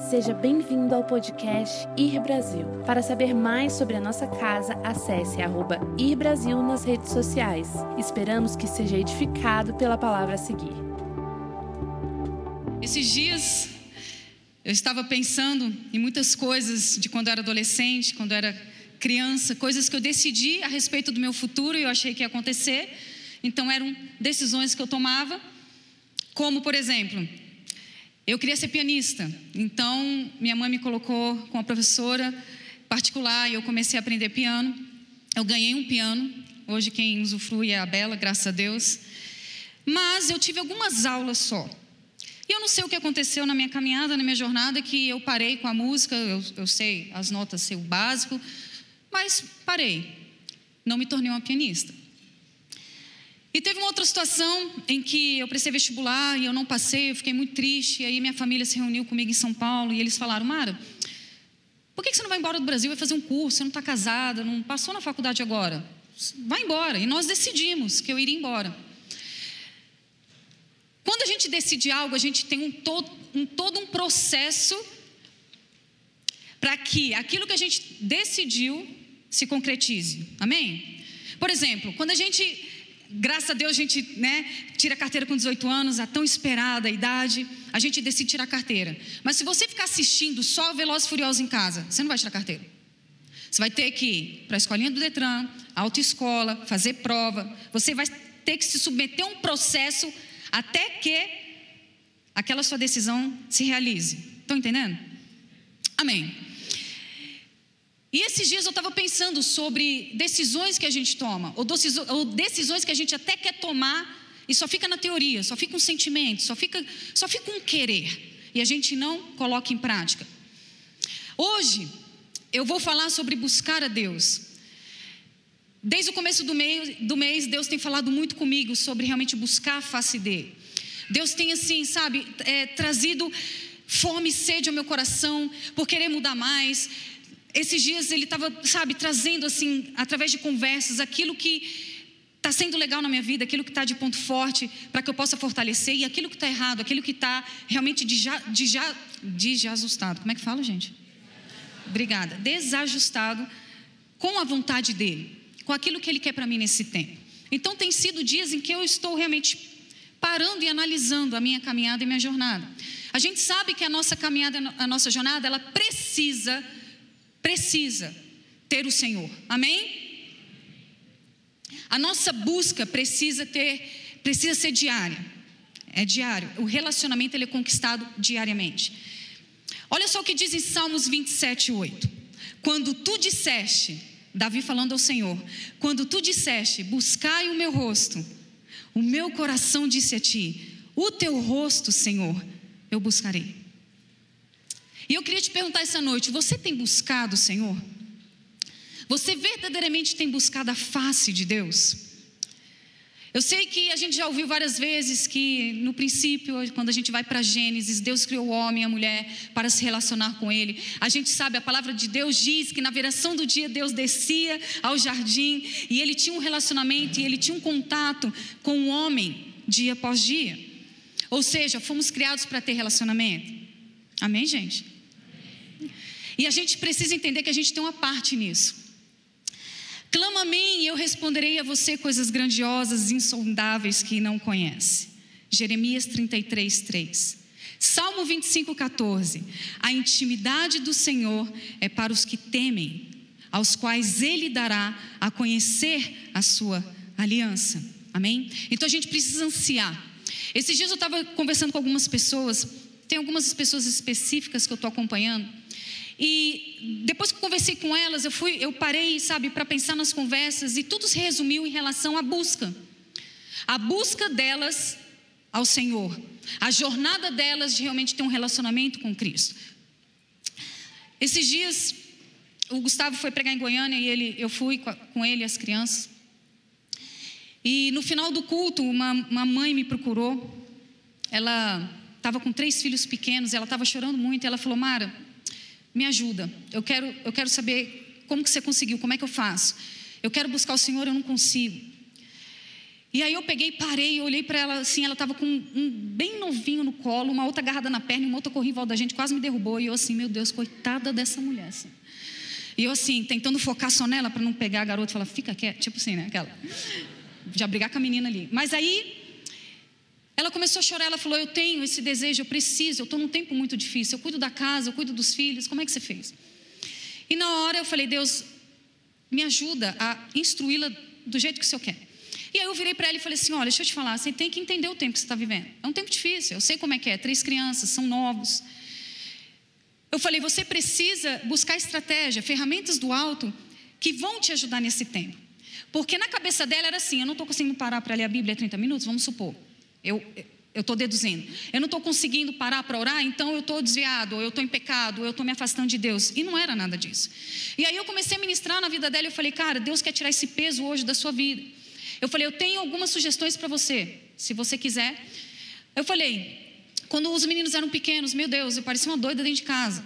Seja bem-vindo ao podcast Ir Brasil. Para saber mais sobre a nossa casa, acesse @Ir Brasil nas redes sociais. Esperamos que seja edificado pela palavra a seguir. Esses dias eu estava pensando em muitas coisas de quando eu era adolescente, quando eu era criança, coisas que eu decidi a respeito do meu futuro e eu achei que ia acontecer. Então eram decisões que eu tomava, como por exemplo, eu queria ser pianista, então minha mãe me colocou com uma professora particular e eu comecei a aprender piano. Eu ganhei um piano, hoje quem usufrui é a Bela, graças a Deus. Mas eu tive algumas aulas só. E eu não sei o que aconteceu na minha caminhada, na minha jornada, que eu parei com a música, eu sei as notas, sei o básico, mas parei, não me tornei uma pianista. E teve uma outra situação em que eu prestei vestibular e eu não passei, eu fiquei muito triste. E aí minha família se reuniu comigo em São Paulo e eles falaram: Mara, por que você não vai embora do Brasil, vai fazer um curso, você não está casada, não passou na faculdade agora? Vai embora. E nós decidimos que eu iria embora. Quando a gente decide algo, a gente tem todo um processo para que aquilo que a gente decidiu se concretize. Amém? Por exemplo, quando a gente... Graças a Deus a gente tira a carteira com 18 anos, a tão esperada idade, a gente decide tirar a carteira. Mas se você ficar assistindo só Velozes e Furiosos em casa, você não vai tirar a carteira. Você vai ter que ir para a escolinha do Detran, autoescola, fazer prova. Você vai ter que se submeter a um processo até que aquela sua decisão se realize. Estão entendendo? Amém. E esses dias eu estava pensando sobre decisões que a gente toma, ou decisões que a gente até quer tomar e só fica na teoria, só fica um sentimento, só fica um querer, e a gente não coloca em prática. Hoje eu vou falar sobre buscar a Deus. Desde o começo do mês, Deus tem falado muito comigo sobre realmente buscar a face dele. Deus tem assim, trazido fome e sede ao meu coração por querer mudar mais. Esses dias ele estava, trazendo assim, através de conversas, aquilo que está sendo legal na minha vida, aquilo que está de ponto forte, para que eu possa fortalecer, e aquilo que está errado, aquilo que está realmente desajustado. Como é que fala, gente? Obrigada. Desajustado com a vontade dele, com aquilo que ele quer para mim nesse tempo. Então tem sido dias em que eu estou realmente parando e analisando a minha caminhada e minha jornada. A gente sabe que a nossa caminhada, a nossa jornada, ela precisa ter o Senhor, amém? A nossa busca precisa ser diária, é diário, o relacionamento ele é conquistado diariamente. Olha só o que diz em Salmos 27:8, quando tu disseste, Davi falando ao Senhor, quando tu disseste, buscai o meu rosto, o meu coração disse a ti, o teu rosto, Senhor, eu buscarei. E eu queria te perguntar essa noite, você tem buscado o Senhor? Você verdadeiramente tem buscado a face de Deus? Eu sei que a gente já ouviu várias vezes que no princípio, quando a gente vai para Gênesis, Deus criou o homem e a mulher para se relacionar com ele. A gente sabe, a palavra de Deus diz que na viração do dia Deus descia ao jardim e ele tinha um relacionamento e ele tinha um contato com o homem dia após dia. Ou seja, fomos criados para ter relacionamento. Amém, gente? E a gente precisa entender que a gente tem uma parte nisso. Clama a mim e eu responderei a você coisas grandiosas, insondáveis que não conhece. Jeremias 33:3. Salmo 25:14. A intimidade do Senhor é para os que temem, aos quais Ele dará a conhecer a sua aliança. Amém? Então a gente precisa ansiar. Esses dias eu estava conversando com algumas pessoas, tem algumas pessoas específicas que eu estou acompanhando. E depois que eu conversei com elas, eu parei, para pensar nas conversas, e tudo se resumiu em relação à busca. A busca delas ao Senhor, a jornada delas de realmente ter um relacionamento com Cristo. Esses dias, o Gustavo foi pregar em Goiânia e eu fui com ele e as crianças. E no final do culto, uma mãe me procurou. Ela estava com 3 filhos pequenos, ela estava chorando muito, e ela falou: Mara, me ajuda, eu quero saber como que você conseguiu, como é que eu faço? Eu quero buscar o Senhor, eu não consigo. E aí eu peguei, parei, olhei para ela assim, ela estava com um bem novinho no colo, uma outra agarrada na perna, e uma outra corria em volta da gente, quase me derrubou. E eu assim, meu Deus, coitada dessa mulher. Assim. E eu assim, tentando focar só nela para não pegar a garota e falar, fica quieta, tipo assim, né? Aquela, já brigar com a menina ali. Mas aí, ela começou a chorar, ela falou, eu tenho esse desejo, eu preciso, eu estou num tempo muito difícil, eu cuido da casa, eu cuido dos filhos, como é que você fez? E na hora eu falei, Deus, me ajuda a instruí-la do jeito que o Senhor quer. E aí eu virei para ela e falei assim, olha, deixa eu te falar, você tem que entender o tempo que você está vivendo. É um tempo difícil, eu sei como é que é, 3 crianças, são novos. Eu falei, você precisa buscar estratégia, ferramentas do alto que vão te ajudar nesse tempo. Porque na cabeça dela era assim, eu não estou conseguindo parar para ler a Bíblia 30 minutos, vamos supor. Eu estou deduzindo. Eu não estou conseguindo parar para orar, então eu estou desviado, ou eu estou em pecado, ou eu estou me afastando de Deus. E não era nada disso. E aí eu comecei a ministrar na vida dela e eu falei, cara, Deus quer tirar esse peso hoje da sua vida. Eu falei, eu tenho algumas sugestões para você, se você quiser. Eu falei, quando os meninos eram pequenos, meu Deus, eu parecia uma doida dentro de casa.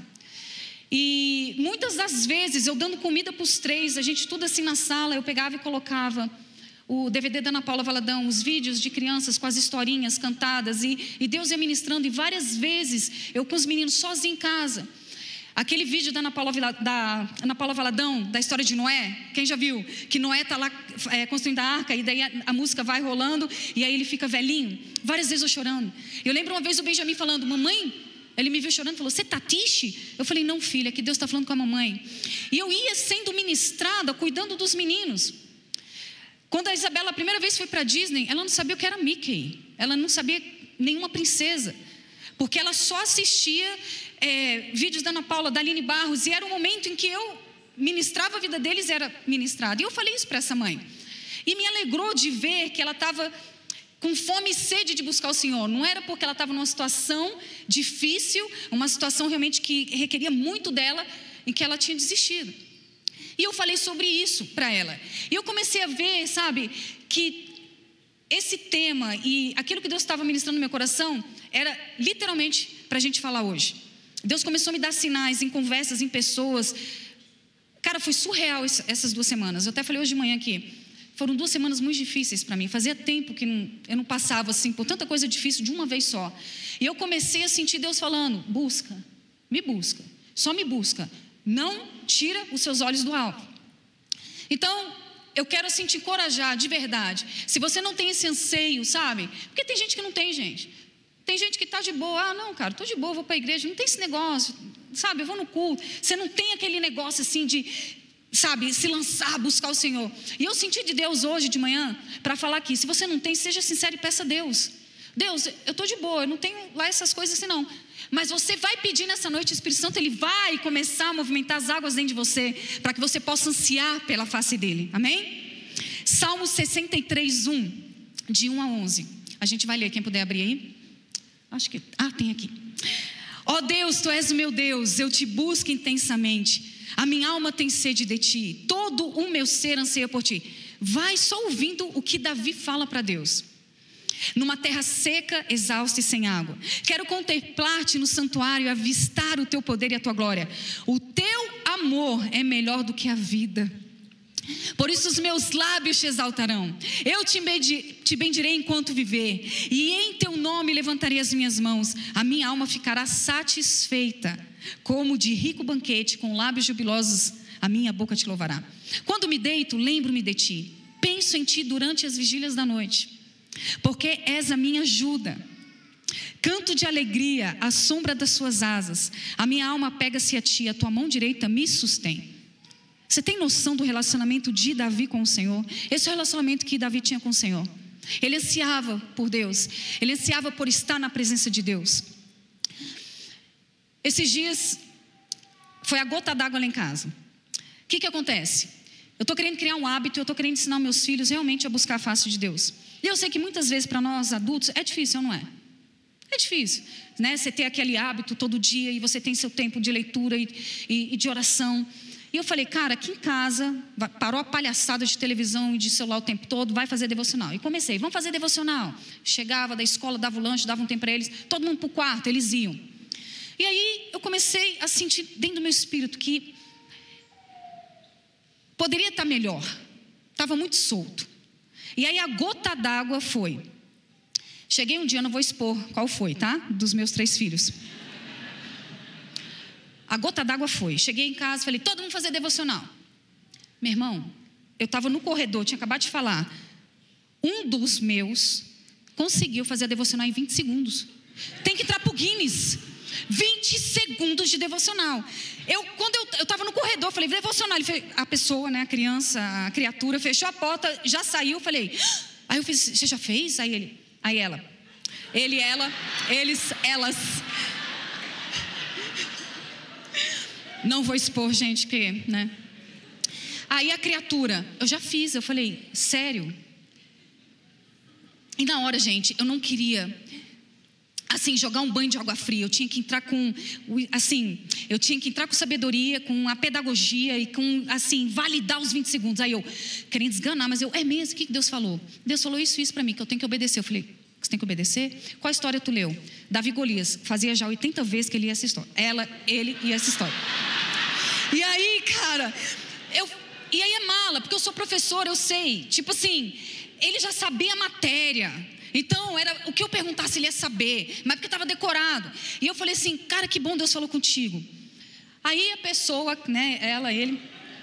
E muitas das vezes, eu dando comida para os 3, a gente tudo assim na sala, eu pegava e colocava o DVD da Ana Paula Valadão, os vídeos de crianças com as historinhas cantadas, e Deus ia ministrando, e várias vezes, eu com os meninos sozinho em casa. Aquele vídeo da Ana Paula Valadão, da história de Noé, quem já viu? Que Noé está lá construindo a arca, e daí a música vai rolando, e aí ele fica velhinho. Várias vezes eu chorando. Eu lembro uma vez o Benjamin falando, mamãe, ele me viu chorando e falou, você está triste? Eu falei, não filha, que Deus está falando com a mamãe. E eu ia sendo ministrada, cuidando dos meninos. Quando a Isabela a primeira vez foi para a Disney, ela não sabia o que era Mickey. Ela não sabia nenhuma princesa. Porque ela só assistia vídeos da Ana Paula, da Aline Barros, e era o momento em que eu ministrava a vida deles, era ministrada. E eu falei isso para essa mãe. E me alegrou de ver que ela estava com fome e sede de buscar o Senhor. Não era porque ela estava numa situação difícil, uma situação realmente que requeria muito dela, em que ela tinha desistido. E eu falei sobre isso para ela. E eu comecei a ver, sabe, que esse tema e aquilo que Deus estava ministrando no meu coração era literalmente para a gente falar hoje. Deus começou a me dar sinais em conversas, em pessoas. Cara, foi surreal essas 2 semanas. Eu até falei hoje de manhã aqui. Foram 2 semanas muito difíceis para mim. Fazia tempo que eu não passava assim por tanta coisa difícil de uma vez só. E eu comecei a sentir Deus falando, busca, me busca, só me busca. Não tira os seus olhos do alvo. Então, eu quero assim te encorajar de verdade. Se você não tem esse anseio, sabe? Porque tem gente que não tem, gente. Tem gente que está de boa. Ah, não, cara, estou de boa, vou para a igreja. Não tem esse negócio, sabe? Eu vou no culto. Você não tem aquele negócio assim de, sabe, se lançar, buscar o Senhor. E eu senti de Deus hoje de manhã para falar aqui. Se você não tem, seja sincero e peça a Deus. Deus, eu estou de boa, eu não tenho lá essas coisas assim não. Mas você vai pedir nessa noite, o Espírito Santo, ele vai começar a movimentar as águas dentro de você, para que você possa ansiar pela face dele, amém? Salmo 63, 1, de 1 a 11, a gente vai ler, quem puder abrir aí, acho que, tem aqui. Ó Deus, Tu és o meu Deus, eu te busco intensamente, a minha alma tem sede de Ti, todo o meu ser anseia por Ti. Vai só ouvindo o que Davi fala para Deus. Numa terra seca, exausta e sem água, quero contemplar-te no santuário e avistar o teu poder e a tua glória. O teu amor é melhor do que a vida, por isso os meus lábios te exaltarão. Eu te bendirei enquanto viver, e em teu nome levantarei as minhas mãos. A minha alma ficará satisfeita, como de rico banquete, com lábios jubilosos a minha boca te louvará. Quando me deito, lembro-me de ti, penso em ti durante as vigílias da noite, porque és a minha ajuda. Canto de alegria à sombra das suas asas. A minha alma pega-se a ti, a tua mão direita me sustém. Você tem noção do relacionamento de Davi com o Senhor? Esse é o relacionamento que Davi tinha com o Senhor. Ele ansiava por Deus, ele ansiava por estar na presença de Deus. Esses dias foi a gota d'água lá em casa. O que acontece? Eu estou querendo criar um hábito, eu estou querendo ensinar meus filhos realmente a buscar a face de Deus. E eu sei que muitas vezes para nós adultos é difícil, não é? É difícil, né? Você ter aquele hábito todo dia e você tem seu tempo de leitura e de oração. E eu falei, cara, aqui em casa, parou a palhaçada de televisão e de celular o tempo todo, vai fazer devocional. E comecei, vamos fazer devocional. Chegava da escola, dava o lanche, dava um tempo para eles, todo mundo para o quarto, eles iam. E aí eu comecei a sentir dentro do meu espírito que poderia estar melhor, estava muito solto. E aí a gota d'água foi. Cheguei um dia, eu não vou expor qual foi, tá? Dos meus 3 filhos. A gota d'água foi. Cheguei em casa, falei, todo mundo fazer devocional. Meu irmão, eu estava no corredor, tinha acabado de falar. Um dos meus conseguiu fazer a devocional em 20 segundos. Tem que entrar pro Guinness. 20 segundos de devocional. Quando eu estava no corredor, falei, devocional. A pessoa, né, a criança, a criatura, fechou a porta, já saiu, falei. Aí eu fiz, você já fez? Aí ela. Ele, ela, eles, elas. Não vou expor, gente, que, né? Aí a criatura, eu já fiz, eu falei, sério? E na hora, gente, eu não queria, assim, jogar um banho de água fria. Eu tinha que entrar com, assim, eu tinha que entrar com sabedoria, com a pedagogia e com, assim, validar os 20 segundos. Aí eu, querendo desganar, mas é mesmo, o que Deus falou? Deus falou isso para mim, que eu tenho que obedecer. Eu falei, você tem que obedecer? Qual história tu leu? Davi e Golias. Fazia já 80 vezes que ele lia essa história. Ele e essa história. E aí, cara, e aí é mala, porque eu sou professora, eu sei. Tipo assim, ele já sabia a matéria. Então, o que eu perguntasse, ele ia saber. Mas porque estava decorado. E eu falei assim, cara, que bom Deus falou contigo. Aí a pessoa, né, ele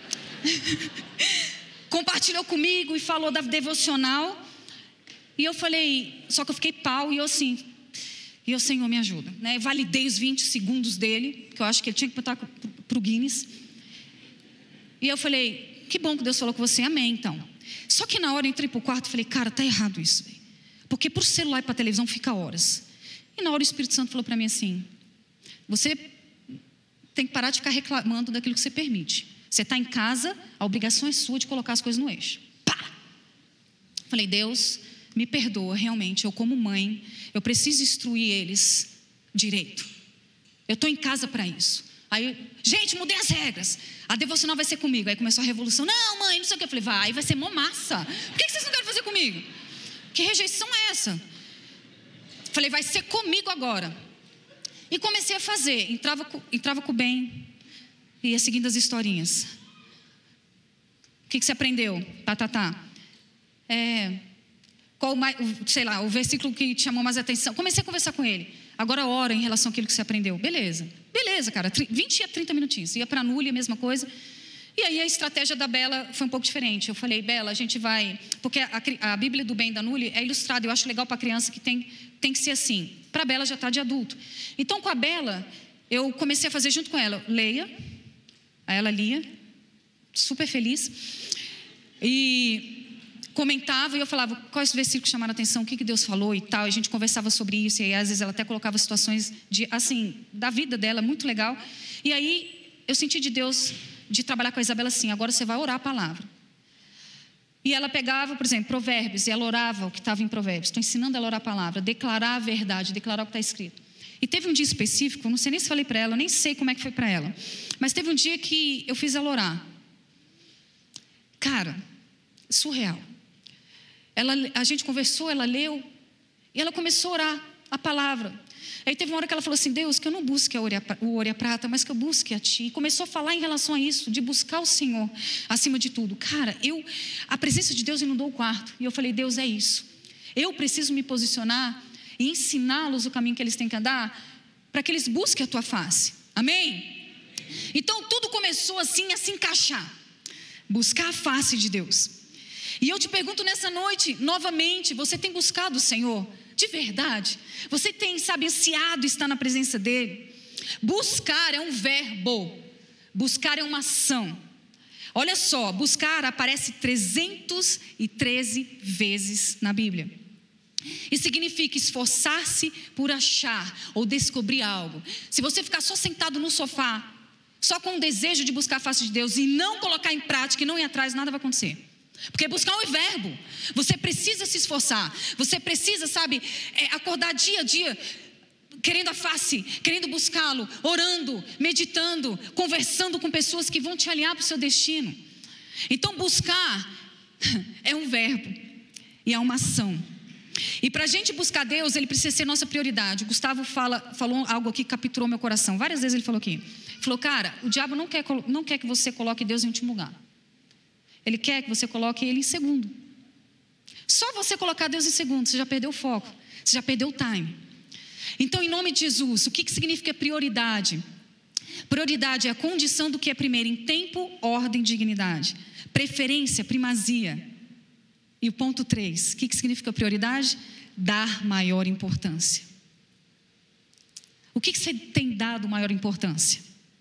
compartilhou comigo e falou da devocional. E eu falei, só que eu fiquei pau e eu assim, Senhor, me ajuda, né? Validei os 20 segundos dele, que eu acho que ele tinha que botar pro Guinness. E eu falei, que bom que Deus falou com você, amém, então. Só que na hora eu entrei pro quarto e falei, cara, tá errado isso, véio. Porque por celular e pra televisão fica horas. E na hora o Espírito Santo falou para mim assim, você tem que parar de ficar reclamando daquilo que você permite. Você está em casa, a obrigação é sua de colocar as coisas no eixo. Pá! Falei, Deus, me perdoa, realmente, eu como mãe, eu preciso instruir eles direito. Eu estou em casa para isso. Aí, gente, mudei as regras. A devocional vai ser comigo. Aí começou a revolução. Não, mãe, não sei o que. Eu falei, vai ser mó massa. Por que vocês não querem fazer comigo? Que rejeição é essa? Falei, vai ser comigo agora. E comecei a fazer. Entrava com o bem. Ia seguindo as historinhas. O que você aprendeu? O versículo que te chamou mais atenção. Comecei a conversar com ele. Agora ora em relação àquilo que você aprendeu. Beleza, cara, 20 a 30 minutinhos. Ia para a Núlia, a mesma coisa. E aí a estratégia da Bela foi um pouco diferente. Eu falei, Bela, a gente vai... Porque a Bíblia do Bem da Núlia é ilustrada. Eu acho legal para a criança que tem que ser assim. Para a Bela já está de adulto. Então com a Bela, eu comecei a fazer junto com ela. Leia. Aí ela lia. Super feliz. E comentava e eu falava, quais versículos chamaram a atenção, o que Deus falou e tal, e a gente conversava sobre isso, e aí, às vezes ela até colocava situações da vida dela, muito legal, e aí eu senti de Deus, de trabalhar com a Isabela assim, agora você vai orar a palavra, e ela pegava, por exemplo, Provérbios, e ela orava o que estava em Provérbios, estou ensinando ela a orar a palavra, declarar a verdade, declarar o que está escrito, e teve um dia específico, não sei nem se falei para ela, eu nem sei como é que foi para ela, mas teve um dia que eu fiz ela orar, cara, surreal. A gente conversou, ela leu, e ela começou a orar a palavra. Aí teve uma hora que ela falou assim, Deus, que eu não busque o ouro e a prata, mas que eu busque a Ti. E começou a falar em relação a isso, de buscar o Senhor acima de tudo. Cara, a presença de Deus inundou o quarto. E eu falei, Deus, é isso. Eu preciso me posicionar e ensiná-los o caminho que eles têm que andar, para que eles busquem a Tua face. Amém? Então tudo começou assim a se encaixar. Buscar a face de Deus. E eu te pergunto nessa noite, novamente, você tem buscado o Senhor? De verdade? Você tem, ansiado estar na presença dEle? Buscar é um verbo. Buscar é uma ação. Olha só, buscar aparece 313 vezes na Bíblia. E significa esforçar-se por achar ou descobrir algo. Se você ficar só sentado no sofá, só com o desejo de buscar a face de Deus e não colocar em prática e não ir atrás, nada vai acontecer. Porque buscar é um verbo. Você precisa se esforçar. Você precisa, acordar dia a dia querendo a face, querendo buscá-lo, orando, meditando, conversando com pessoas que vão te alinhar para o seu destino. Então buscar é um verbo e é uma ação. E para a gente buscar Deus, Ele precisa ser nossa prioridade. O Gustavo falou algo aqui que capturou meu coração. Várias vezes ele falou aqui. Falou, cara, o diabo não quer que você coloque Deus em último lugar. Ele quer que você coloque Ele em segundo. Só você colocar Deus em segundo, você já perdeu o foco, você já perdeu o time. Então, em nome de Jesus, o que significa prioridade? Prioridade é a condição do que é primeiro em tempo, ordem, dignidade. Preferência, primazia. E o ponto 3, o que significa prioridade? Dar maior importância. O que você tem dado maior importância?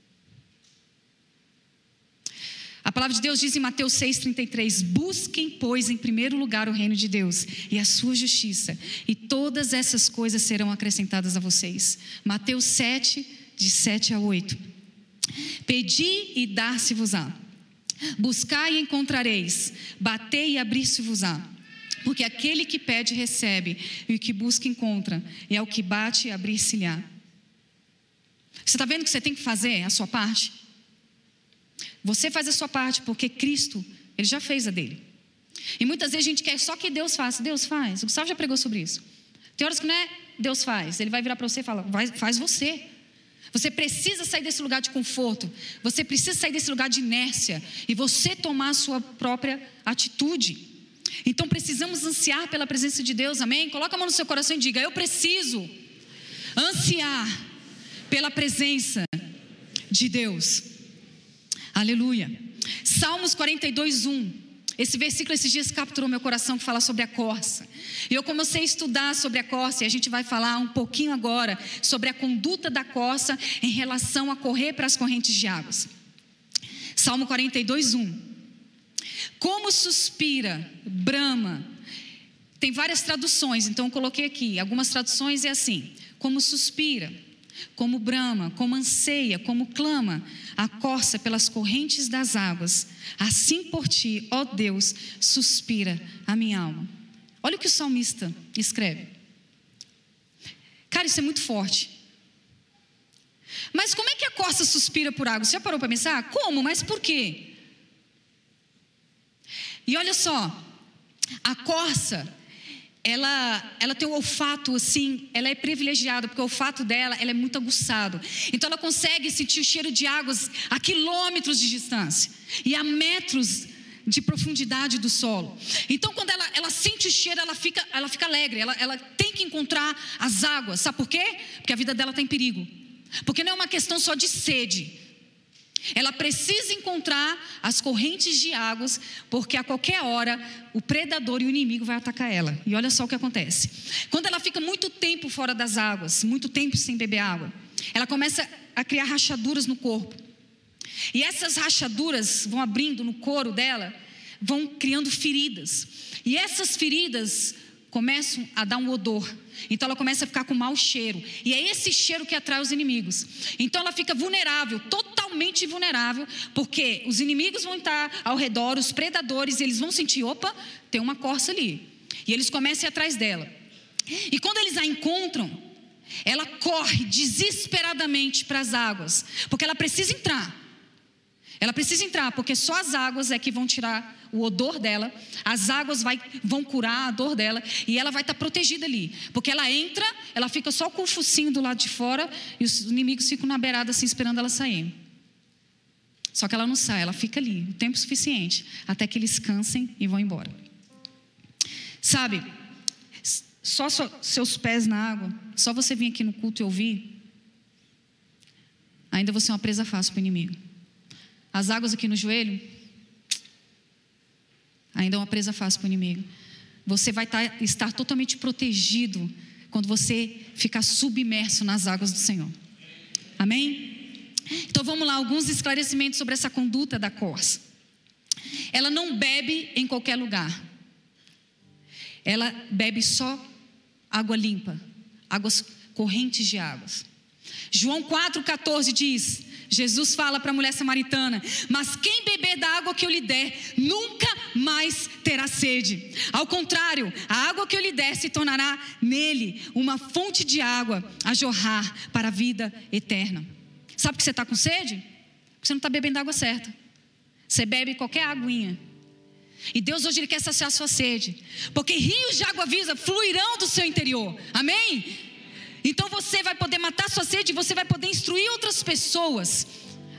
A palavra de Deus diz em Mateus 6,33: busquem, pois, em primeiro lugar o reino de Deus e a sua justiça, e todas essas coisas serão acrescentadas a vocês. Mateus 7, de 7 a 8. Pedi e dar-se-vos-á, buscai e encontrareis, batei e abrir-se-vos-á. Porque aquele que pede recebe, e o que busca encontra, e ao que bate abrir-se-lhe-á. Você está vendo que você tem que fazer a sua parte? Você faz a sua parte, porque Cristo, Ele já fez a dele. E muitas vezes a gente quer só que Deus faça. Deus faz. O Gustavo já pregou sobre isso. Tem horas que não é Deus faz. Ele vai virar para você e falar, faz você. Você precisa sair desse lugar de conforto. Você precisa sair desse lugar de inércia. E você tomar a sua própria atitude. Então precisamos ansiar pela presença de Deus, amém? Coloca a mão no seu coração e diga, eu preciso ansiar pela presença de Deus. Aleluia. Salmos 42:1. Esse versículo esses dias capturou meu coração, que fala sobre a corça. E eu comecei a estudar sobre a corça, e a gente vai falar um pouquinho agora sobre a conduta da corça em relação a correr para as correntes de águas. Salmo 42:1. Como suspira, brama. Tem várias traduções, então eu coloquei aqui. Algumas traduções é assim: como suspira, como brama, como anseia, como clama a corça pelas correntes das águas, assim por ti, ó Deus, suspira a minha alma. Olha o que o salmista escreve. Cara, isso é muito forte. Mas como é que a corça suspira por água? Você já parou para pensar? Como? Mas por quê? E olha só, a corça, ela tem um olfato assim, ela é privilegiada, porque o olfato dela, ela é muito aguçado. Então ela consegue sentir o cheiro de águas a quilômetros de distância e a metros de profundidade do solo. Então quando ela sente o cheiro, ela fica alegre, ela tem que encontrar as águas. Sabe por quê? Porque a vida dela está em perigo. Porque não é uma questão só de sede. Ela precisa encontrar as correntes de águas, porque a qualquer hora o predador e o inimigo vai atacar ela. E olha só o que acontece. Quando ela fica muito tempo fora das águas, muito tempo sem beber água, ela começa a criar rachaduras no corpo. E essas rachaduras vão abrindo no couro dela, vão criando feridas. E essas feridas começam a dar um odor. Então ela começa a ficar com mau cheiro. E é esse cheiro que atrai os inimigos. Então ela fica vulnerável, totalmente vulnerável, porque os inimigos vão estar ao redor, os predadores, eles vão sentir, opa, tem uma corça ali. E eles começam a ir atrás dela. E quando eles a encontram, ela corre desesperadamente para as águas, porque ela precisa entrar. Ela precisa entrar, porque só as águas é que vão tirar o odor dela. As águas vão curar a dor dela, e ela vai estar protegida ali. Porque ela entra, ela fica só com o focinho do lado de fora, e os inimigos ficam na beirada assim, esperando ela sair. Só que ela não sai, ela fica ali o tempo suficiente, até que eles cansem e vão embora. Sabe, só seus pés na água, só você vir aqui no culto e ouvir, ainda você é uma presa fácil para o inimigo. As águas aqui no joelho, ainda é uma presa fácil para o inimigo. Você vai estar totalmente protegido quando você ficar submerso nas águas do Senhor. Amém? Então vamos lá, alguns esclarecimentos sobre essa conduta da corça. Ela não bebe em qualquer lugar. Ela bebe só água limpa, correntes de águas. João 4,14 diz... Jesus fala para a mulher samaritana: mas quem beber da água que eu lhe der, nunca mais terá sede. Ao contrário, a água que eu lhe der se tornará nele uma fonte de água a jorrar para a vida eterna. Sabe que você está com sede? Porque você não está bebendo a água certa. Você bebe qualquer aguinha. E Deus hoje Ele quer saciar a sua sede, porque rios de água viva fluirão do seu interior. Amém? Então você vai poder matar sua sede, você vai poder instruir outras pessoas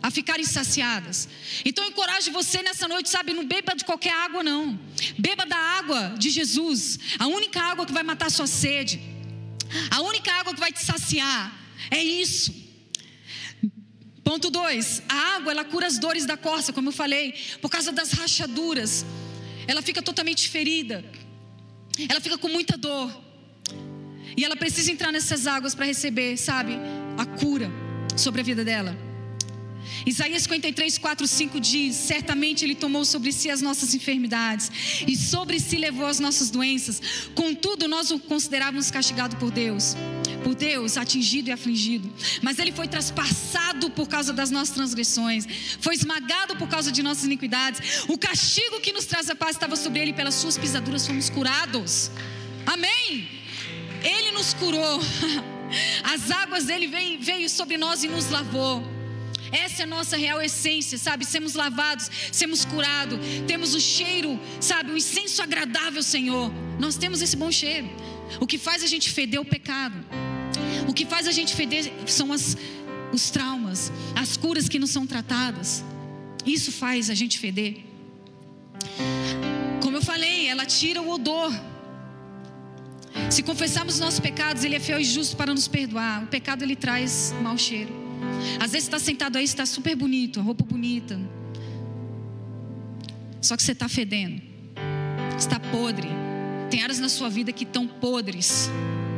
a ficarem saciadas. Então eu encorajo você nessa noite, sabe, não beba de qualquer água não. Beba da água de Jesus, a única água que vai matar a sua sede, a única água que vai te saciar, é isso. Ponto 2, a água ela cura as dores da corça, como eu falei, por causa das rachaduras. Ela fica totalmente ferida, ela fica com muita dor, e ela precisa entrar nessas águas para receber, sabe, a cura sobre a vida dela. Isaías 53, 4, 5 diz: certamente Ele tomou sobre si as nossas enfermidades e sobre si levou as nossas doenças, contudo nós o considerávamos castigado por Deus, atingido e afligido, mas Ele foi traspassado por causa das nossas transgressões, foi esmagado por causa de nossas iniquidades, o castigo que nos traz a paz estava sobre Ele, pelas suas pisaduras fomos curados. Amém? Ele nos curou, as águas dele veio sobre nós e nos lavou. Essa é a nossa real essência, sabe? Sermos lavados, sermos curados, temos o cheiro, sabe? O incenso agradável, Senhor. Nós temos esse bom cheiro. O que faz a gente feder é o pecado. O que faz a gente feder são os traumas, as curas que não são tratadas. Isso faz a gente feder. Como eu falei, ela tira o odor. Se confessarmos os nossos pecados, Ele é fiel e justo para nos perdoar. O pecado, ele traz mau cheiro. Às vezes você está sentado aí, está super bonito, roupa bonita, só que você está fedendo, está podre. Tem áreas na sua vida que estão podres.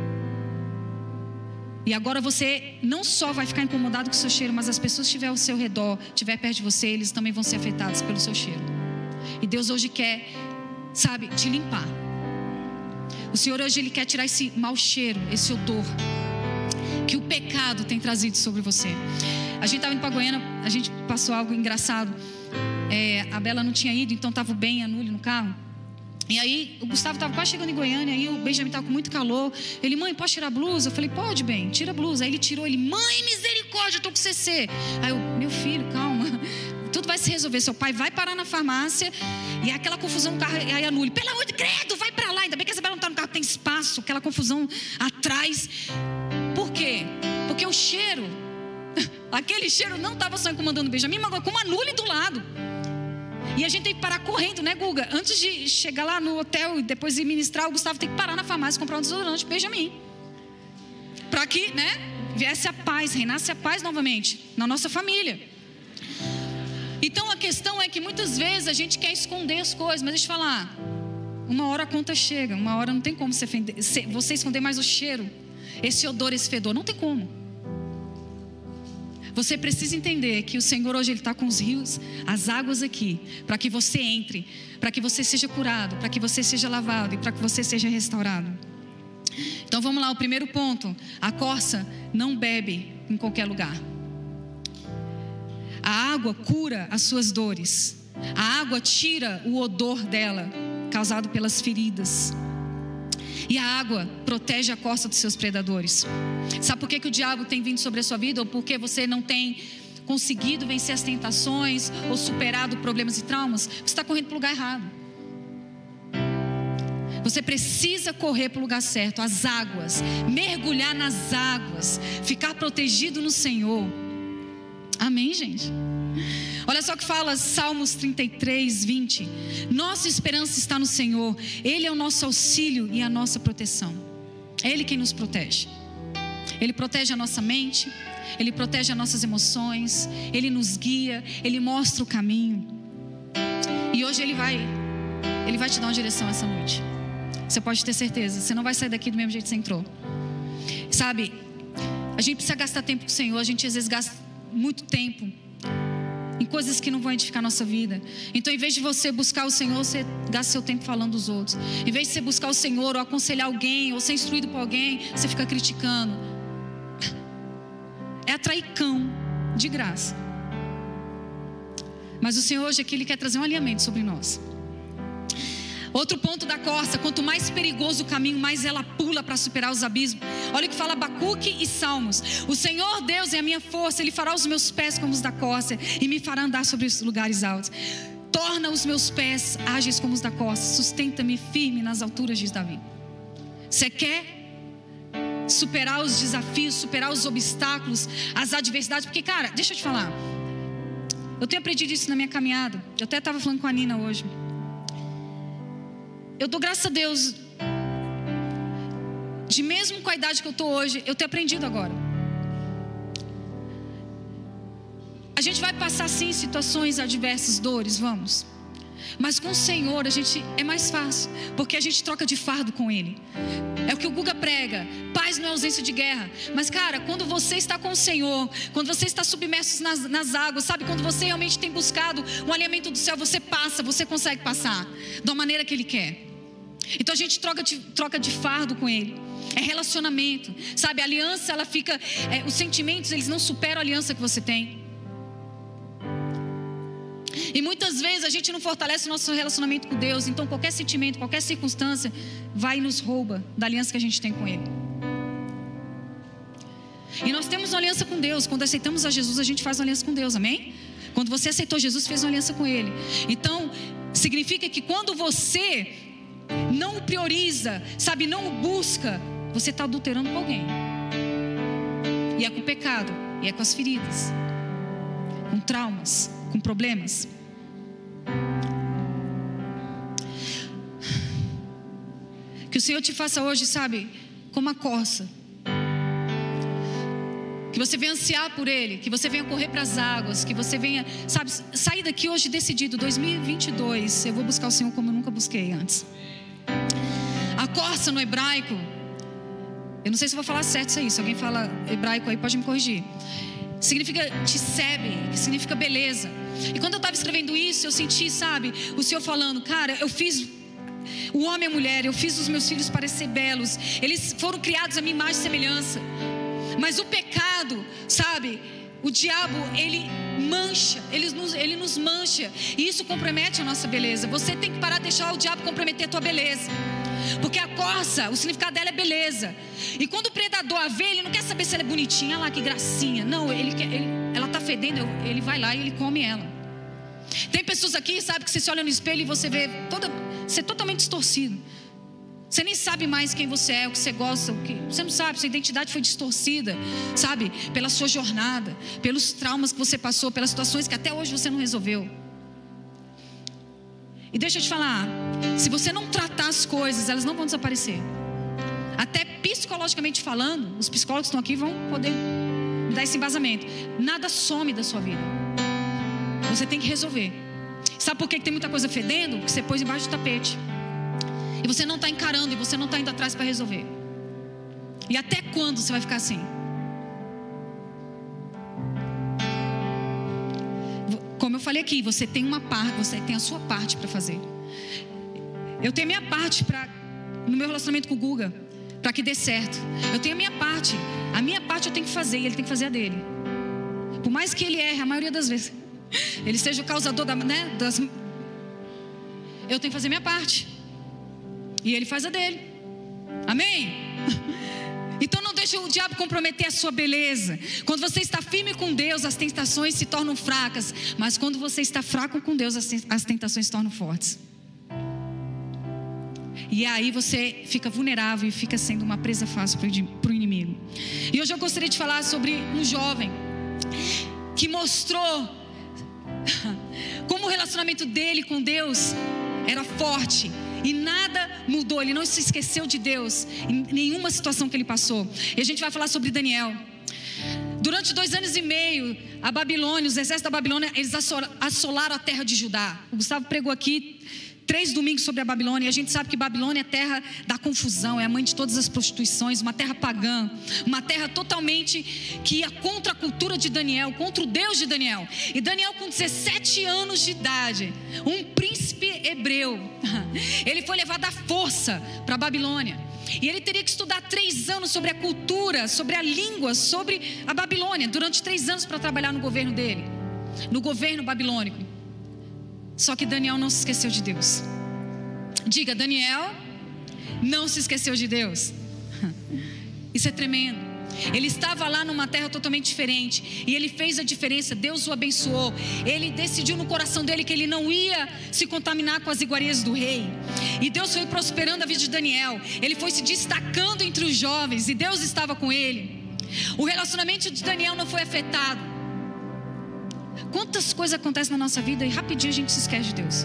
E agora você não só vai ficar incomodado com o seu cheiro, mas as pessoas que estiverem ao seu redor, estiver perto de você, eles também vão ser afetados pelo seu cheiro. E Deus hoje quer, sabe, te limpar. O Senhor hoje Ele quer tirar esse mau cheiro, esse odor que o pecado tem trazido sobre você. A gente estava indo para Goiânia, a gente passou algo engraçado. A Bela não tinha ido, então estava o Ben e a Nuli no carro. E aí o Gustavo estava quase chegando em Goiânia, aí o Benjamin estava com muito calor. Ele: mãe, posso tirar a blusa? Eu falei: pode, Ben, tira a blusa. Aí ele tirou, mãe, misericórdia, eu estou com CC. Aí eu: meu filho, calma, tudo vai se resolver. Seu pai vai parar na farmácia. E aquela confusão no carro. E aí a Nuli: pelo amor de credo, vai para lá. Ainda bem que essa Bela não está no carro, tem espaço. Aquela confusão atrás. Por quê? Porque o cheiro, aquele cheiro não estava só incomodando o Benjamin, mas com uma Nuli do lado. E a gente tem que parar correndo, né, Guga? Antes de chegar lá no hotel e depois ir ministrar, o Gustavo tem que parar na farmácia e comprar um desodorante pro Benjamin, para que, né, viesse a paz, reinasse a paz novamente na nossa família. Então a questão é que muitas vezes a gente quer esconder as coisas, mas deixa eu falar, uma hora a conta chega, uma hora não tem como você esconder mais o cheiro, esse odor, esse fedor, não tem como. Você precisa entender que o Senhor hoje Ele está com os rios, as águas aqui, para que você entre, para que você seja curado, para que você seja lavado e para que você seja restaurado. Então vamos lá, o primeiro ponto: a corça não bebe em qualquer lugar. A água cura as suas dores, a água tira o odor dela, causado pelas feridas. E a água protege a corça dos seus predadores. Sabe por que o diabo tem vindo sobre a sua vida? Ou porque você não tem conseguido vencer as tentações ou superado problemas e traumas? Você está correndo para o lugar errado. Você precisa correr para o lugar certo, as águas, mergulhar nas águas, ficar protegido no Senhor. Amém, gente? Olha só o que fala Salmos 33, 20. Nossa esperança está no Senhor. Ele é o nosso auxílio e a nossa proteção. É Ele quem nos protege. Ele protege a nossa mente, Ele protege as nossas emoções, Ele nos guia, Ele mostra o caminho. E hoje Ele vai te dar uma direção essa noite. Você pode ter certeza, você não vai sair daqui do mesmo jeito que você entrou. Sabe, a gente precisa gastar tempo com o Senhor. A gente às vezes gasta muito tempo em coisas que não vão edificar a nossa vida. Então, em vez de você buscar o Senhor, você gasta seu tempo falando dos outros. Em vez de você buscar o Senhor, ou aconselhar alguém, ou ser instruído por alguém, você fica criticando. É atrair cão de graça. Mas o Senhor hoje aqui, Ele quer trazer um alinhamento sobre nós. Outro ponto da corça: quanto mais perigoso o caminho, mais ela pula para superar os abismos. Olha o que fala Abacuque e Salmos: o Senhor Deus é a minha força, Ele fará os meus pés como os da corça e me fará andar sobre os lugares altos. Torna os meus pés ágeis como os da corça, sustenta-me firme nas alturas, diz Davi. Você quer superar os desafios, superar os obstáculos, as adversidades? Porque, cara, deixa eu te falar, Eu tenho aprendido isso na minha caminhada. Eu até estava falando com a Nina hoje. Eu dou graças a Deus, de mesmo com a idade que eu estou hoje, eu tenho aprendido agora. A gente vai passar sim situações adversas, dores, vamos. Mas com o Senhor a gente é mais fácil, porque a gente troca de fardo com Ele. É o que o Guga prega: paz não é ausência de guerra. Mas cara, quando você está com o Senhor, quando você está submerso nas águas, sabe, quando você realmente tem buscado o alinhamento do céu, você passa, você consegue passar da maneira que Ele quer. Então a gente troca de fardo com Ele. É relacionamento, sabe, a aliança ela fica, os sentimentos eles não superam a aliança que você tem. E muitas vezes a gente não fortalece o nosso relacionamento com Deus. Então qualquer sentimento, qualquer circunstância vai e nos rouba da aliança que a gente tem com Ele. E nós temos uma aliança com Deus. Quando aceitamos a Jesus, a gente faz uma aliança com Deus, amém? Quando você aceitou Jesus, fez uma aliança com Ele. Então significa que quando você não o prioriza, sabe, não o busca, você está adulterando com alguém. E é com o pecado, e é com as feridas, com traumas, com problemas. Que o Senhor te faça hoje, sabe, como a corça. Que você venha ansiar por Ele, que você venha correr para as águas, que você venha, sabe, sair daqui hoje decidido. 2022, eu vou buscar o Senhor como eu nunca busquei antes. A corça no hebraico, eu não sei se eu vou falar certo isso aí, se alguém fala hebraico aí pode me corrigir. Significa tsebe, que significa beleza. E quando eu estava escrevendo isso, eu senti, sabe, o Senhor falando: cara, eu fiz o homem e a mulher, eu fiz os meus filhos parecer belos, eles foram criados à minha imagem e semelhança. Mas o pecado, sabe, o diabo, ele mancha, ele nos mancha, e isso compromete a nossa beleza. Você tem que parar de deixar o diabo comprometer a tua beleza. Porque a corça, o significado dela é beleza. E quando o predador a vê, ele não quer saber se ela é bonitinha, olha lá que gracinha. Não, ela está fedendo, ele vai lá e ele come ela. Tem pessoas aqui, sabe, que você se olha no espelho e você vê você é totalmente distorcido. Você nem sabe mais quem você é, o que você gosta, você não sabe, sua identidade foi distorcida, sabe, pela sua jornada, pelos traumas que você passou, pelas situações que até hoje você não resolveu. E deixa eu te falar, se você não tratar as coisas, elas não vão desaparecer. Até psicologicamente falando, os psicólogos que estão aqui vão poder dar esse embasamento. Nada some da sua vida. Você tem que resolver. Sabe por que tem muita coisa fedendo? Porque você pôs embaixo do tapete. E você não está encarando, e você não está indo atrás para resolver. E até quando você vai ficar assim? Como eu falei aqui, você tem uma parte, você tem a sua parte para fazer. Eu tenho a minha parte no meu relacionamento com o Guga, para que dê certo. Eu tenho a minha parte eu tenho que fazer, e ele tem que fazer a dele. Por mais que ele erre, a maioria das vezes, ele seja o causador eu tenho que fazer a minha parte, e ele faz a dele. Amém? Então não deixe o diabo comprometer a sua beleza. Quando você está firme com Deus, as tentações se tornam fracas. Mas quando você está fraco com Deus, as tentações se tornam fortes. E aí você fica vulnerável e fica sendo uma presa fácil para o inimigo. E hoje eu gostaria de falar sobre um jovem que mostrou como o relacionamento dele com Deus era forte. E nada mudou, ele não se esqueceu de Deus em nenhuma situação que ele passou. E a gente vai falar sobre Daniel. Durante 2 anos e meio, a Babilônia, os exércitos da Babilônia, eles assolaram a terra de Judá. O Gustavo pregou aqui 3 domingos sobre a Babilônia. E a gente sabe que Babilônia é terra da confusão, é a mãe de todas as prostituições, uma terra pagã, uma terra totalmente que ia contra a cultura de Daniel, contra o Deus de Daniel. E Daniel, com 17 anos de idade, um príncipe hebreu, ele foi levado à força para a Babilônia. E ele teria que estudar 3 anos sobre a cultura, sobre a língua, sobre a Babilônia, durante 3 anos para trabalhar no governo dele, no governo babilônico. Só que Daniel não se esqueceu de Deus. Diga, Daniel não se esqueceu de Deus. Isso é tremendo. Ele estava lá numa terra totalmente diferente, e ele fez a diferença. Deus o abençoou. Ele decidiu no coração dele que ele não ia se contaminar com as iguarias do rei. E Deus foi prosperando a vida de Daniel. Ele foi se destacando entre os jovens, e Deus estava com ele. O relacionamento de Daniel não foi afetado. Quantas coisas acontecem na nossa vida e rapidinho a gente se esquece de Deus.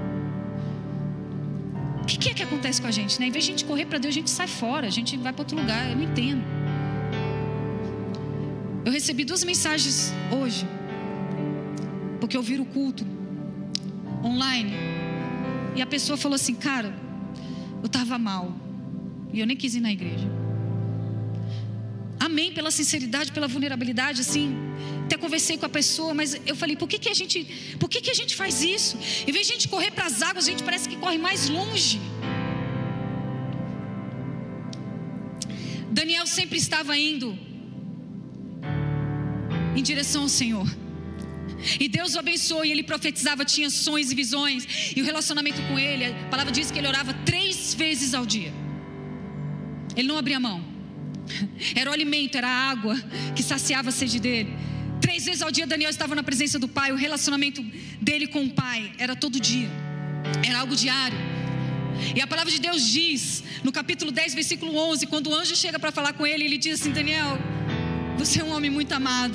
O que é que acontece com a gente, né? Em vez de a gente correr para Deus, a gente sai fora, a gente vai para outro lugar. Eu não entendo. Eu recebi 2 mensagens hoje, porque eu vi o culto online, e a pessoa falou assim: cara, eu estava mal e eu nem quis ir na igreja. Amém, pela sinceridade, pela vulnerabilidade, assim. Até conversei com a pessoa, mas eu falei: por que a gente faz isso? Em vez de a gente correr para as águas, a gente parece que corre mais longe. Daniel sempre estava indo em direção ao Senhor, e Deus o abençoou, e ele profetizava, tinha sonhos e visões, e o relacionamento com ele, a palavra diz que ele orava 3 vezes ao dia. Ele não abria mão. Era o alimento, era a água que saciava a sede dele. 3 vezes ao dia Daniel estava na presença do Pai. O relacionamento dele com o Pai era todo dia, era algo diário. E a palavra de Deus diz, no capítulo 10, versículo 11, quando o anjo chega para falar com ele, ele diz assim: Daniel, você é um homem muito amado.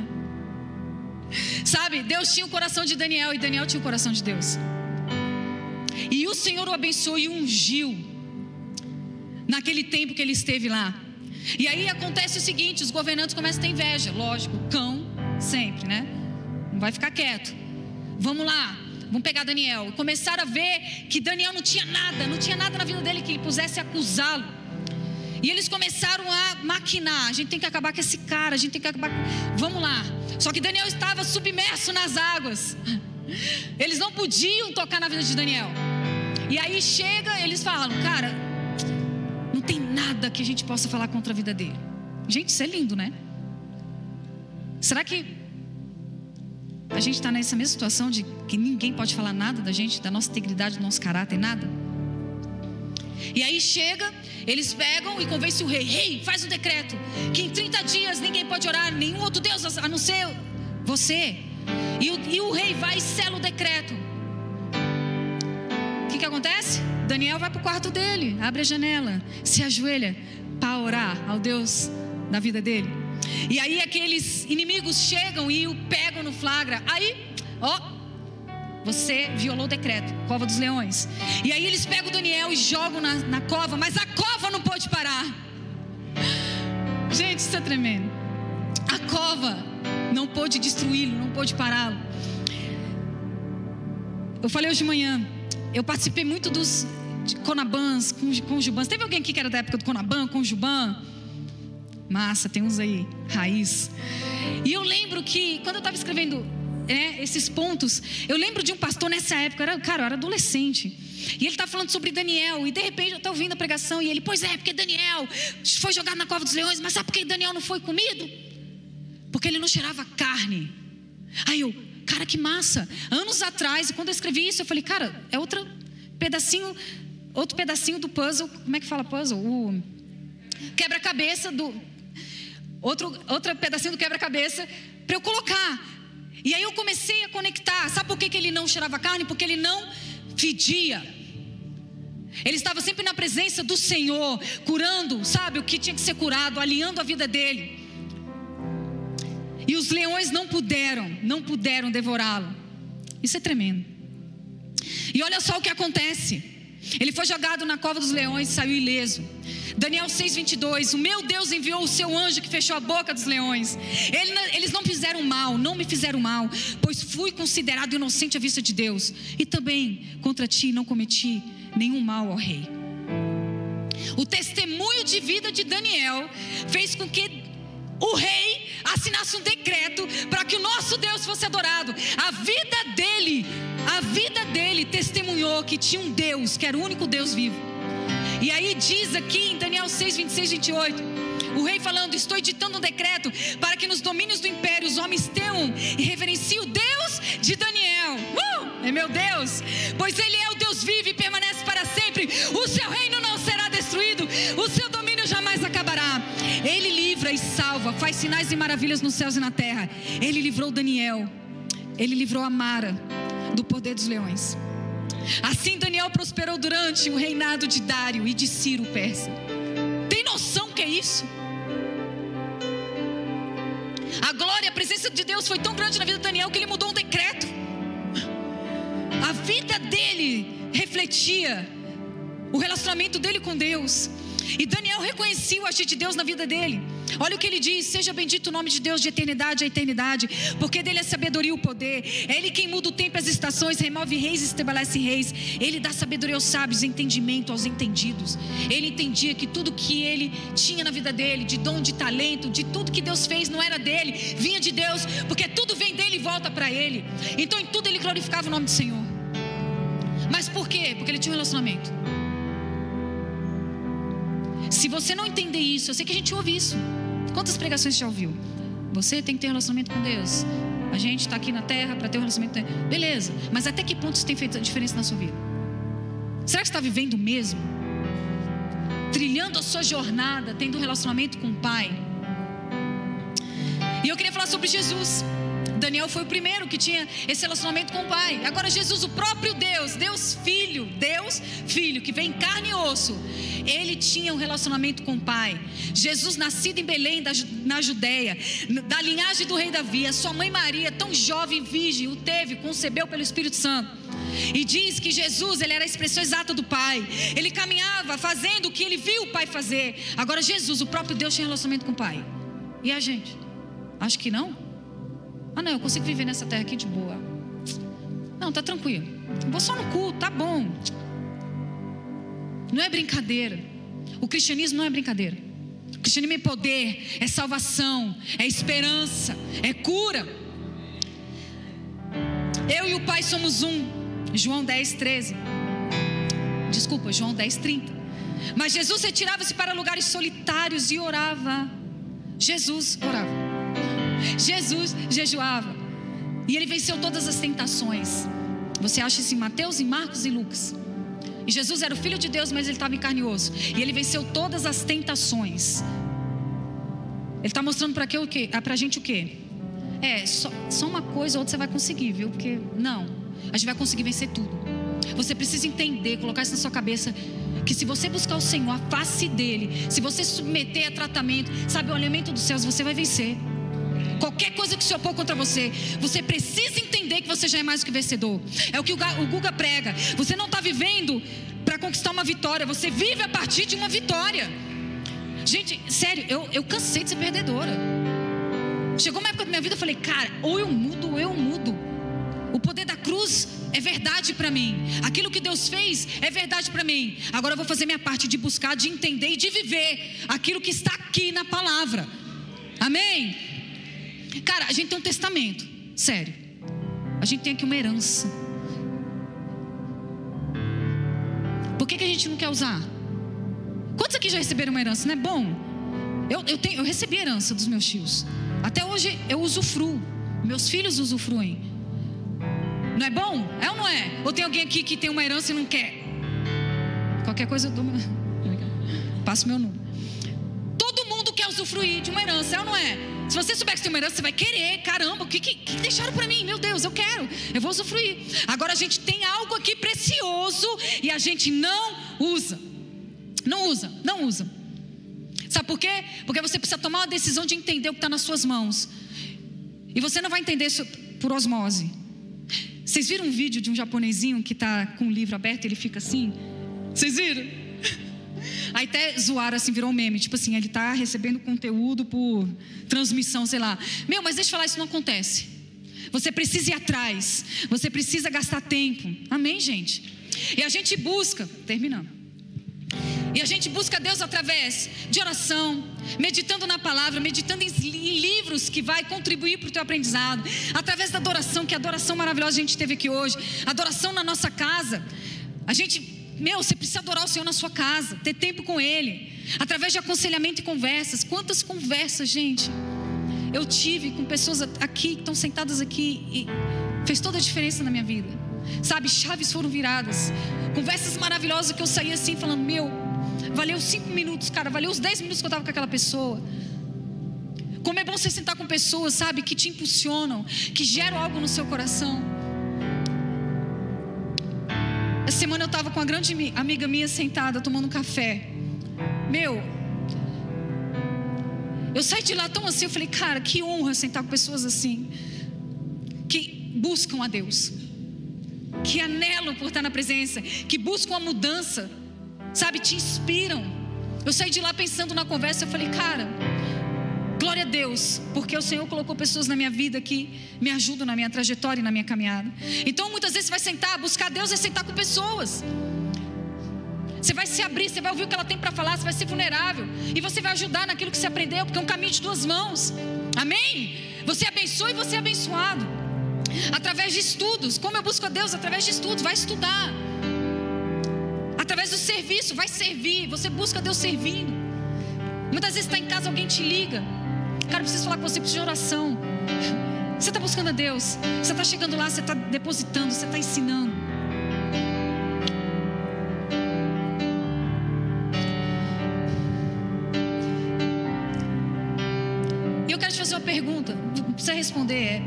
Sabe, Deus tinha o coração de Daniel, e Daniel tinha o coração de Deus. E o Senhor o abençoou e ungiu naquele tempo que ele esteve lá. E aí acontece o seguinte: os governantes começam a ter inveja. Lógico, cão sempre, né? Não vai ficar quieto. Vamos lá, vamos pegar Daniel. E começaram a ver que Daniel não tinha nada na vida dele que ele pudesse acusá-lo. E eles começaram a maquinar: a gente tem que acabar com esse cara, a gente tem que acabar com... Vamos lá. Só que Daniel estava submerso nas águas. Eles não podiam tocar na vida de Daniel. E aí chega, eles falam: cara, não tem nada que a gente possa falar contra a vida dele. Gente, isso é lindo, né? Será que a gente está nessa mesma situação de que ninguém pode falar nada da gente, da nossa integridade, do nosso caráter, nada? E aí chega, eles pegam e convencem o rei: rei, faz um decreto que em 30 dias ninguém pode orar nenhum outro Deus a não ser você. E o rei vai e sela o decreto. O que acontece? Daniel vai para o quarto dele, abre a janela, se ajoelha para orar ao Deus da vida dele. E aí aqueles inimigos chegam e o pegam no flagra. Aí, você violou o decreto, cova dos leões. E aí eles pegam Daniel e jogam na cova, mas a cova não pôde parar. Gente, isso é tremendo. A cova não pôde destruí-lo, não pôde pará-lo. Eu falei hoje de manhã, eu participei muito dos Conabans, Conjubans. Teve alguém aqui que era da época do Conaban, Conjuban? Massa, tem uns aí, raiz. E eu lembro que quando eu estava escrevendo esses pontos, eu lembro de um pastor nessa época, eu era adolescente, e ele estava falando sobre Daniel, e de repente eu estava ouvindo a pregação, e ele: pois é, porque Daniel foi jogado na cova dos leões. Mas sabe por que Daniel não foi comido? Porque ele não cheirava carne. Aí eu: cara, que massa. Anos atrás, quando eu escrevi isso, eu falei: cara, é outro pedacinho do puzzle. Como é que fala puzzle? O quebra-cabeça do... outro pedacinho do quebra-cabeça para eu colocar. E aí eu comecei a conectar. Sabe por que ele não cheirava carne? Porque ele não fedia. Ele estava sempre na presença do Senhor, curando, sabe, o que tinha que ser curado, alinhando a vida dele. E os leões não puderam devorá-lo. Isso é tremendo. E olha só o que acontece. Ele foi jogado na cova dos leões e saiu ileso. Daniel 6:22, o meu Deus enviou o seu anjo que fechou a boca dos leões. Eles não fizeram mal, não me fizeram mal, pois fui considerado inocente à vista de Deus. E também contra ti não cometi nenhum mal, ó rei. O testemunho de vida de Daniel fez com que o rei assinasse um decreto para que o nosso Deus fosse adorado. A vida dele testemunhou que tinha um Deus, que era o único Deus vivo. E aí diz aqui em Daniel 6:26, 28, o rei falando: estou editando um decreto para que nos domínios do império os homens temam e reverenciem o Deus de Daniel. É meu Deus, pois ele é o Deus vivo e permanece para sempre. O seu reino não será destruído, o seu domínio jamais acabará. Ele livra e salva, faz sinais e maravilhas nos céus e na terra. Ele livrou Daniel, ele livrou a Mara do poder dos leões. Assim Daniel prosperou durante o reinado de Dário e de Ciro persa. Tem noção que é isso? A glória, a presença presença de Deus foi tão grande na vida de Daniel que ele mudou um decreto. A vida dele refletia o relacionamento dele com Deus. E Daniel reconhecia o agir de Deus na vida dele. Olha o que ele diz: seja bendito o nome de Deus de eternidade a eternidade, porque dele é sabedoria e o poder. É ele quem muda o tempo e as estações, remove reis e estabelece reis. Ele dá sabedoria aos sábios, entendimento aos entendidos. Ele entendia que tudo que ele tinha na vida dele, de dom, de talento, de tudo que Deus fez, não era dele, vinha de Deus, porque tudo vem dele e volta para ele. Então em tudo ele glorificava o nome do Senhor. Mas por quê? Porque ele tinha um relacionamento. Se você não entender isso, eu sei que a gente ouve isso. Quantas pregações você já ouviu? Você tem que ter um relacionamento com Deus. A gente está aqui na terra para ter um relacionamento com Deus. Beleza, mas até que ponto isso tem feito a diferença na sua vida? Será que você está vivendo mesmo? Trilhando a sua jornada, tendo um relacionamento com o Pai? E eu queria falar sobre Jesus. Daniel foi o primeiro que tinha esse relacionamento com o Pai. Agora Jesus, o próprio Deus Filho, que vem em carne e osso, ele tinha um relacionamento com o Pai. Jesus, nascido em Belém, na Judeia, da linhagem do rei Davi, a sua mãe Maria, tão jovem, virgem, concebeu pelo Espírito Santo. E diz que Jesus, ele era a expressão exata do Pai. Ele caminhava fazendo o que ele viu o Pai fazer. Agora Jesus, o próprio Deus, tinha relacionamento com o Pai. E a gente? Acho que não. Não, eu consigo viver nessa terra aqui de boa. Não, tá tranquilo. Vou só no culto, tá bom. Não é brincadeira. O cristianismo não é brincadeira. O cristianismo é poder, é salvação, é esperança, é cura. Eu e o Pai somos um. João 10:13. Desculpa, João 10:30. Mas Jesus retirava-se para lugares solitários e orava. Jesus orava. Jesus jejuava. E ele venceu todas as tentações. Você acha isso em Mateus, em Marcos e Lucas. E Jesus era o Filho de Deus, mas ele estava em carne e osso. E ele venceu todas as tentações. Ele está mostrando para a gente o quê? Só uma coisa ou outra você vai conseguir, viu? Porque não, a gente vai conseguir vencer tudo. Você precisa entender, colocar isso na sua cabeça, que se você buscar o Senhor, a face dele, se você submeter a tratamento, sabe, o alimento dos céus, você vai vencer. Qualquer coisa que se opor contra você, você precisa entender que você já é mais do que vencedor. É o que o Guga prega. Você não está vivendo para conquistar uma vitória, você vive a partir de uma vitória. Gente, sério, eu cansei de ser perdedora. Chegou uma época da minha vida, eu falei, cara, ou eu mudo ou eu mudo. O poder da cruz é verdade para mim. Aquilo que Deus fez é verdade para mim. Agora eu vou fazer minha parte de buscar, de entender e de viver aquilo que está aqui na palavra. Amém? Cara, a gente tem um testamento, sério. A gente tem aqui uma herança. Por que a gente não quer usar? Quantos aqui já receberam uma herança? Não é bom? Eu recebi a herança dos meus tios. Até hoje eu usufruo. Meus filhos usufruem. Não é bom? É ou não é? Ou tem alguém aqui que tem uma herança e não quer? Qualquer coisa eu dou passo meu número. Todo mundo quer usufruir de uma herança, é ou não é? Se você souber que você tem uma herança, você vai querer. Caramba, o que deixaram para mim? Meu Deus, eu quero, eu vou usufruir. Agora a gente tem algo aqui precioso e a gente não usa. Não usa. Sabe por quê? Porque você precisa tomar uma decisão de entender o que está nas suas mãos. E você não vai entender isso por osmose. Vocês viram um vídeo de um japonesinho que está com o livro aberto e ele fica assim? Vocês viram? Aí até zoaram assim, virou um meme. Tipo assim, ele está recebendo conteúdo por transmissão, sei lá. Mas deixa eu falar, isso não acontece. Você precisa ir atrás. Você precisa gastar tempo. Amém, gente? E a gente busca, terminando. E a gente busca Deus através de oração, meditando na palavra, meditando em livros que vai contribuir para o teu aprendizado, através da adoração, que adoração maravilhosa a gente teve aqui hoje, adoração na nossa casa. A gente, você precisa adorar o Senhor na sua casa, ter tempo com Ele, através de aconselhamento e conversas. Quantas conversas, gente, eu tive com pessoas aqui, que estão sentadas aqui, e fez toda a diferença na minha vida. Sabe, chaves foram viradas, conversas maravilhosas que eu saí assim falando, valeu 5 minutos, cara, valeu os 10 minutos que eu estava com aquela pessoa. Como é bom você sentar com pessoas, sabe, que te impulsionam, que geram algo no seu coração. Essa semana eu estava com uma grande amiga minha sentada, tomando um café. Eu saí de lá tão assim, eu falei, cara, que honra sentar com pessoas assim, que buscam a Deus, que anelam por estar na presença, que buscam a mudança, sabe, te inspiram. Eu saí de lá pensando na conversa, eu falei, cara, glória a Deus, porque o Senhor colocou pessoas na minha vida que me ajudam na minha trajetória e na minha caminhada. Então muitas vezes você vai sentar, buscar Deus é sentar com pessoas. Você vai se abrir, você vai ouvir o que ela tem para falar, você vai ser vulnerável e você vai ajudar naquilo que você aprendeu, porque é um caminho de duas mãos. Amém? Você abençoa e você é abençoado através de estudos. Como eu busco a Deus? Através de estudos. Vai estudar. Através do serviço, vai servir. Você busca Deus servindo. Muitas vezes está em casa, alguém te liga, cara, eu preciso falar com você, preciso de oração. Você está buscando a Deus, você está chegando lá, você está depositando, você está ensinando. E eu quero te fazer uma pergunta, não precisa responder,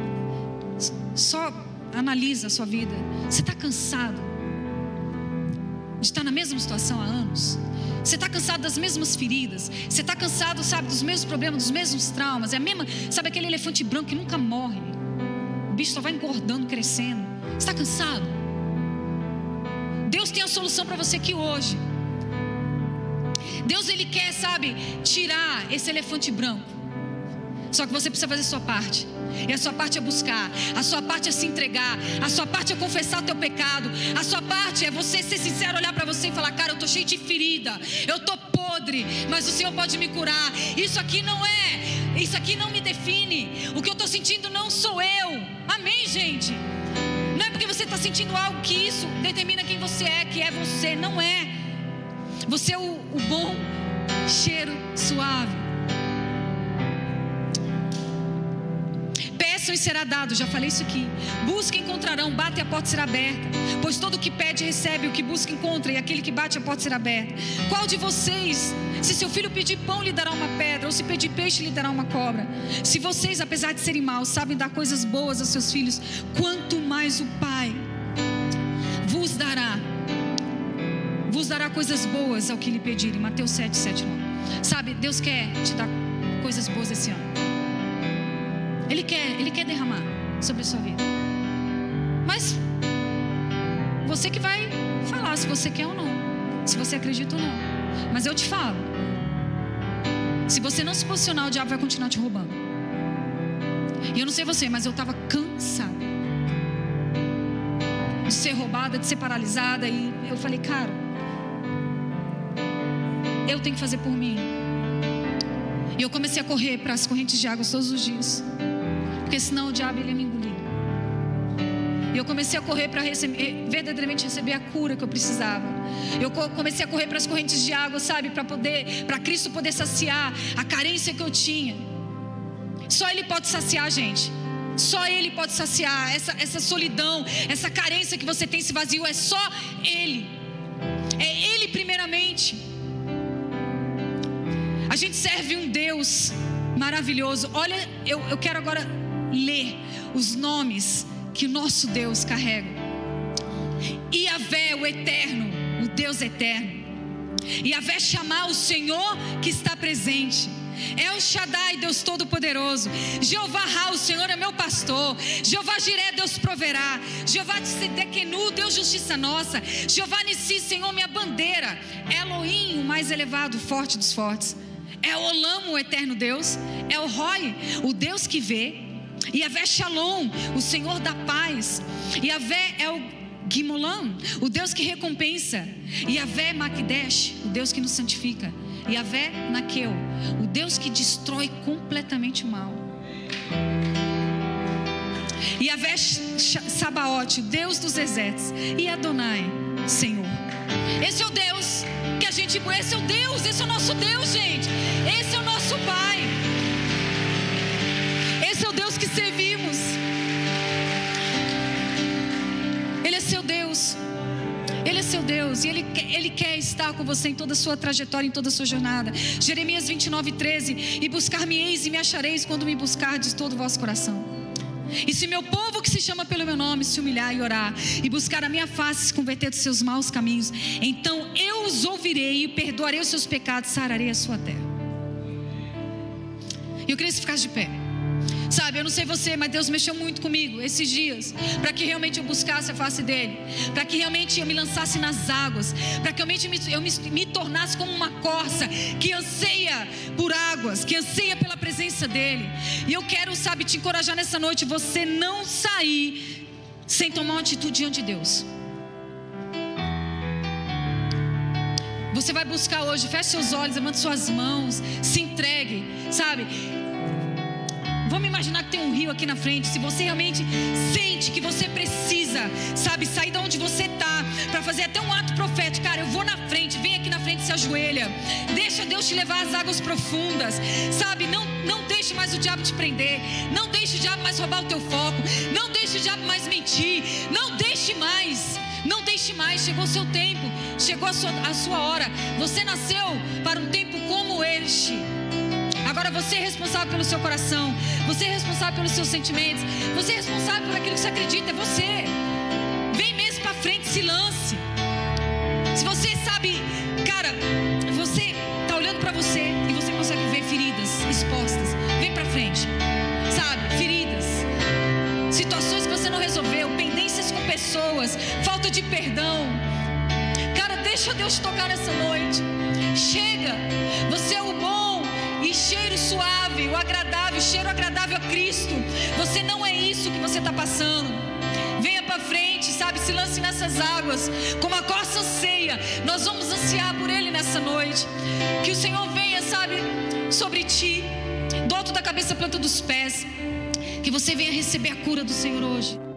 só analisa a sua vida. Você está cansado de estar na mesma situação há anos? Você está cansado das mesmas feridas? Você está cansado, sabe, dos mesmos problemas, dos mesmos traumas? É a mesma, sabe, aquele elefante branco que nunca morre? O bicho só vai engordando, crescendo. Você está cansado? Deus tem a solução para você aqui hoje. Deus, Ele quer, sabe, tirar esse elefante branco. Só que você precisa fazer a sua parte. E a sua parte é buscar, a sua parte é se entregar, a sua parte é confessar o teu pecado, a sua parte é você ser sincero, olhar para você e falar, cara, eu estou cheio de ferida, eu estou podre, mas o Senhor pode me curar. Isso aqui não me define. O que eu estou sentindo não sou eu. Amém, gente? Não é porque você está sentindo algo que isso determina quem você é, que é você. Não é. Você é o bom cheiro suave. E será dado, já falei isso aqui. Busca e encontrarão, bate e a porta será aberta. Pois todo o que pede recebe, o que busca encontra, e aquele que bate a porta será aberta. Qual de vocês, se seu filho pedir pão, lhe dará uma pedra, ou se pedir peixe, lhe dará uma cobra? Se vocês, apesar de serem maus, sabem dar coisas boas aos seus filhos, quanto mais o Pai vos dará coisas boas ao que lhe pedirem. Mateus 7, 7, 9. Sabe, Deus quer te dar coisas boas esse ano. Ele quer derramar sobre a sua vida. Mas você que vai falar se você quer ou não, se você acredita ou não. Mas eu te falo, se você não se posicionar, o diabo vai continuar te roubando. E eu não sei você, mas eu estava cansada de ser roubada, de ser paralisada. E eu falei, cara, eu tenho que fazer por mim. E eu comecei a correr para as correntes de água todos os dias, porque senão o diabo ia me engolir. E eu comecei a correr para verdadeiramente receber a cura que eu precisava. Eu comecei a correr para as correntes de água, sabe, para Cristo poder saciar a carência que eu tinha. Só Ele pode saciar, gente. Só Ele pode saciar essa solidão, essa carência que você tem, esse vazio. É só Ele. É Ele primeiramente. A gente serve um Deus maravilhoso. Olha, eu quero agora ler os nomes que o nosso Deus carrega. Iavé, o eterno, o Deus eterno. Iavé, chamar o Senhor que está presente. El Shaddai, Deus Todo-Poderoso. Jeová Ra, o Senhor é meu pastor. Jeová Jiré, Deus proverá. Jeová Tsidekenu, Deus justiça nossa. Jeová Nissi, Senhor, minha bandeira. Elohim, o mais elevado, o forte dos fortes. É o Olam, o eterno Deus. É o Roi, o Deus que vê. Iavé Shalom, o Senhor da paz. Iavé é o Gimolam, o Deus que recompensa. Iavé Makdesh, o Deus que nos santifica. Iavé Naqueu, o Deus que destrói completamente o mal. Iavé Sabaote, o Deus dos exércitos. E Adonai, Senhor. Esse é o Deus que a gente... Esse é o Deus, esse é o nosso Deus, gente. Esse é o nosso Pai. Esse é o Deus que servimos. Ele é seu Deus. Ele é seu Deus. E Ele quer estar com você em toda a sua trajetória, em toda a sua jornada. Jeremias 29, 13. E buscar-me-eis e me achareis quando me buscardes de todo o vosso coração. E se meu povo que se chama pelo meu nome se humilhar e orar e buscar a minha face, se converter dos seus maus caminhos, então eu os ouvirei e perdoarei os seus pecados, sararei a sua terra. E eu queria que você ficasse de pé. Sabe, eu não sei você, mas Deus mexeu muito comigo esses dias, para que realmente eu buscasse a face dele, para que realmente eu me lançasse nas águas, para que realmente eu me tornasse como uma corça que anseia por águas, que anseia pela presença dele. E eu quero, sabe, te encorajar nessa noite, você não sair sem tomar uma atitude diante de Deus. Você vai buscar hoje, feche seus olhos, levante suas mãos, se entregue, sabe? Vamos imaginar que tem um rio aqui na frente. Se você realmente sente que você precisa, sabe, sair de onde você está, para fazer até um ato profético, cara, eu vou na frente, vem aqui na frente e se ajoelha. Deixa Deus te levar às águas profundas, sabe, não deixe mais o diabo te prender, não deixe o diabo mais roubar o teu foco, não deixe o diabo mais mentir, não deixe mais, chegou o seu tempo, chegou a sua hora, você nasceu para um tempo como este. Agora você é responsável pelo seu coração, você é responsável pelos seus sentimentos, você é responsável por aquilo que você acredita, é você. Vem mesmo para frente, se lance. Se você sabe, cara, você está olhando para você e você consegue ver feridas expostas, vem para frente, sabe, feridas, situações que você não resolveu, pendências com pessoas, falta de perdão. Cara, deixa Deus te tocar nessa noite. Chega, você é o bom e cheiro suave, o agradável, cheiro agradável a Cristo. Você não é isso que você está passando. Venha para frente, sabe, se lance nessas águas, como a corça anseia. Nós vamos ansiar por Ele nessa noite. Que o Senhor venha, sabe, sobre ti, do alto da cabeça à planta dos pés. Que você venha receber a cura do Senhor hoje.